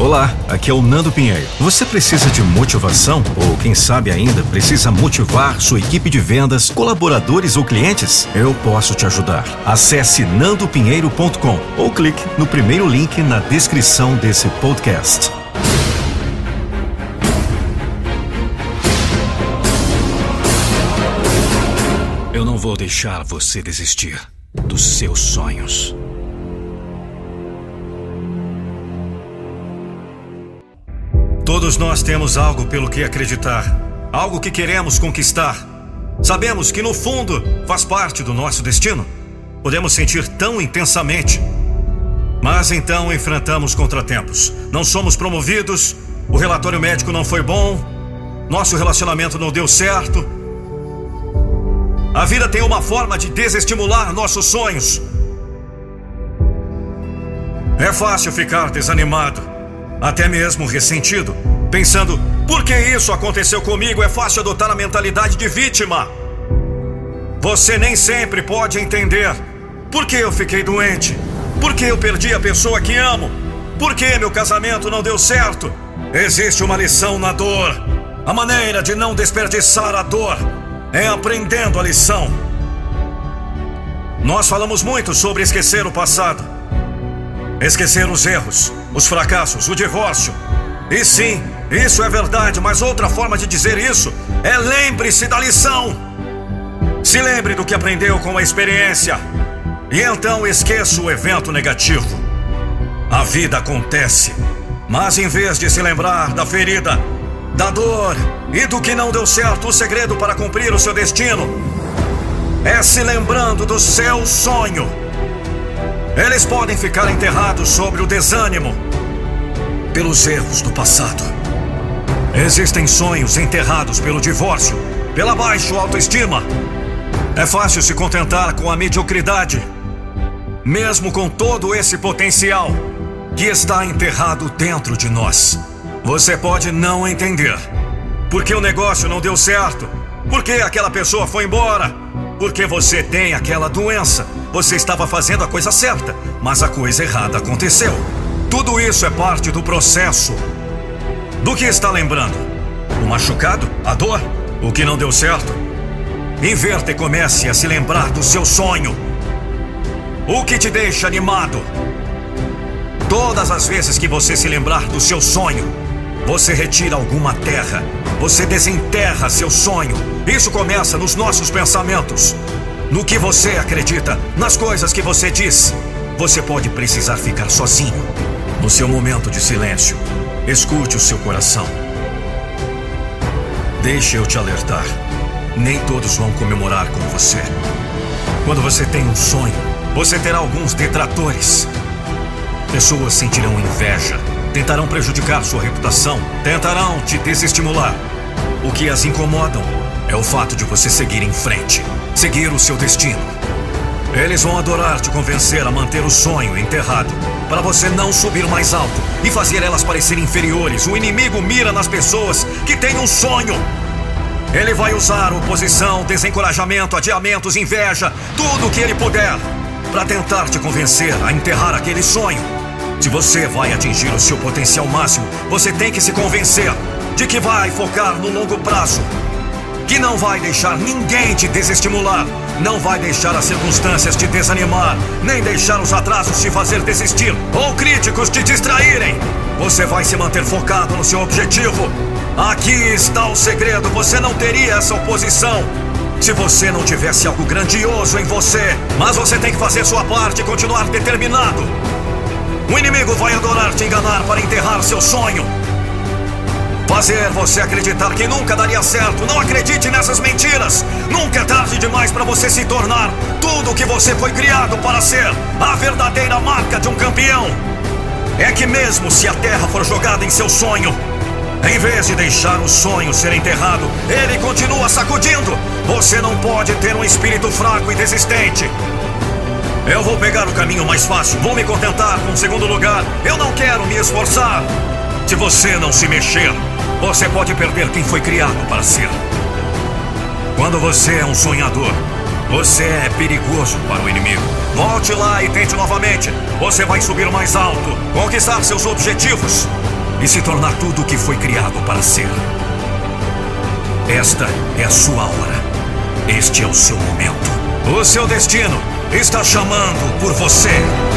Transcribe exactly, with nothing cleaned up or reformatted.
Olá, aqui é o Nando Pinheiro. Você precisa de motivação? Ou quem sabe ainda precisa motivar sua equipe de vendas, colaboradores ou clientes? Eu posso te ajudar. Acesse nando pinheiro ponto com ou clique no primeiro link na descrição desse podcast. Eu não vou deixar você desistir dos seus sonhos. Todos nós temos algo pelo que acreditar, algo que queremos conquistar. Sabemos que no fundo faz parte do nosso destino. Podemos sentir tão intensamente. Mas então enfrentamos contratempos. Não somos promovidos, o relatório médico não foi bom, nosso relacionamento não deu certo. A vida tem uma forma de desestimular nossos sonhos. É fácil ficar desanimado, até mesmo ressentido, pensando, por que isso aconteceu comigo? É fácil adotar a mentalidade de vítima. Você nem sempre pode entender por que eu fiquei doente, por que eu perdi a pessoa que amo, por que meu casamento não deu certo. Existe uma lição na dor. A maneira de não desperdiçar a dor é aprendendo a lição. Nós falamos muito sobre esquecer o passado, esquecer os erros, os fracassos, o divórcio. E sim, isso é verdade, mas outra forma de dizer isso é lembre-se da lição. Se lembre do que aprendeu com a experiência e então esqueça o evento negativo. A vida acontece, mas em vez de se lembrar da ferida, da dor e do que não deu certo, o segredo para cumprir o seu destino é se lembrando do seu sonho. Eles podem ficar enterrados sobre o desânimo, pelos erros do passado. Existem sonhos enterrados pelo divórcio, pela baixa autoestima. É fácil se contentar com a mediocridade, mesmo com todo esse potencial que está enterrado dentro de nós. Você pode não entender porque o negócio não deu certo, porque aquela pessoa foi embora, porque você tem aquela doença. Você estava fazendo a coisa certa, mas a coisa errada aconteceu. Tudo isso é parte do processo. Do que está lembrando? O machucado? A dor? O que não deu certo? Inverta e comece a se lembrar do seu sonho. O que te deixa animado? Todas as vezes que você se lembrar do seu sonho, você retira alguma terra, você desenterra seu sonho. Isso começa nos nossos pensamentos, no que você acredita, nas coisas que você diz. Você pode precisar ficar sozinho. No seu momento de silêncio, escute o seu coração. Deixe eu te alertar. Nem todos vão comemorar com você. Quando você tem um sonho, você terá alguns detratores. Pessoas sentirão inveja, tentarão prejudicar sua reputação, tentarão te desestimular. O que as incomodam é o fato de você seguir em frente, seguir o seu destino. Eles vão adorar te convencer a manter o sonho enterrado, para você não subir mais alto e fazer elas parecerem inferiores. O inimigo mira nas pessoas que têm um sonho. Ele vai usar oposição, desencorajamento, adiamentos, inveja, tudo o que ele puder, para tentar te convencer a enterrar aquele sonho. Se você vai atingir o seu potencial máximo, você tem que se convencer de que vai focar no longo prazo, que não vai deixar ninguém te desestimular, não vai deixar as circunstâncias te desanimar, nem deixar os atrasos te fazer desistir ou críticos te distraírem. Você vai se manter focado no seu objetivo. Aqui está o segredo. Você não teria essa oposição se você não tivesse algo grandioso em você. Mas você tem que fazer sua parte e continuar determinado. O inimigo vai adorar te enganar para enterrar seu sonho, fazer você acreditar que nunca daria certo. Não acredite nessas mentiras. Nunca é tarde demais para você se tornar tudo o que você foi criado para ser. A verdadeira marca de um campeão é que mesmo se a terra for jogada em seu sonho, em vez de deixar o sonho ser enterrado, ele continua sacudindo. Você não pode ter um espírito fraco e desistente. Eu vou pegar o caminho mais fácil, vou me contentar com o segundo lugar. Eu não quero me esforçar. Se você não se mexer, você pode perder quem foi criado para ser. Quando você é um sonhador, você é perigoso para o inimigo. Volte lá e tente novamente. Você vai subir mais alto, conquistar seus objetivos. e se tornar tudo o que foi criado para ser. Esta é a sua hora. Este é o seu momento. O seu destino está chamando por você.